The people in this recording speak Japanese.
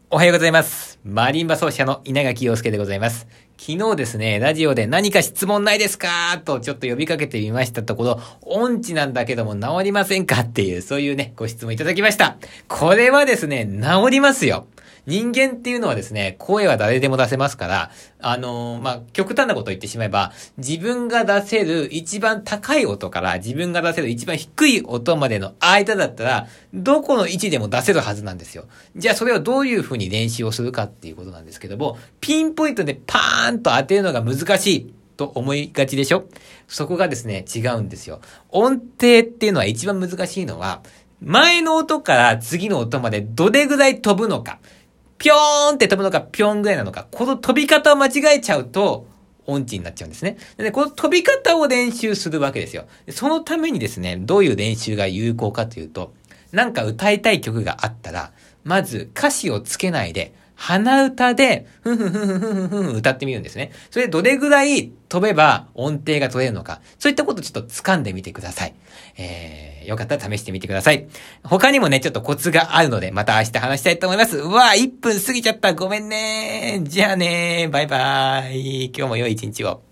おはようございます。マリンバ奏者の稲垣陽介でございます。昨日ですね、ラジオで何か質問ないですかとちょっと呼びかけてみましたところ、音痴なんだけども治りませんかっていう、そういうね、ご質問いただきました。これはですね、治りますよ。人間っていうのはですね、声は誰でも出せますから、極端なこと言ってしまえば、自分が出せる一番高い音から自分が出せる一番低い音までの間だったら、どこの位置でも出せるはずなんですよ。じゃあそれをどういう風に練習をするかっていうことなんですけども、ピンポイントでパーンと当てるのが難しいと思いがちでしょ？そこがですね、違うんですよ。音程っていうのは一番難しいのは、前の音から次の音までどれぐらい飛ぶのか。ぴょーんって飛ぶのか、ぴょんぐらいなのか。この飛び方を間違えちゃうと、音痴になっちゃうんですね。で、この飛び方を練習するわけですよ。そのためにですね、どういう練習が有効かというと、なんか歌いたい曲があったら、まず歌詞をつけないで、鼻歌で、ふんふんふんふんふんふんふん歌ってみるんですね。それでどれぐらい飛べば音程が取れるのか、そういったことをちょっと掴んでみてください。よかったら試してみてください。他にもね、ちょっとコツがあるので、また明日話したいと思います。うわ、1分過ぎちゃった。ごめんね。じゃあね。バイバイ。今日も良い一日を。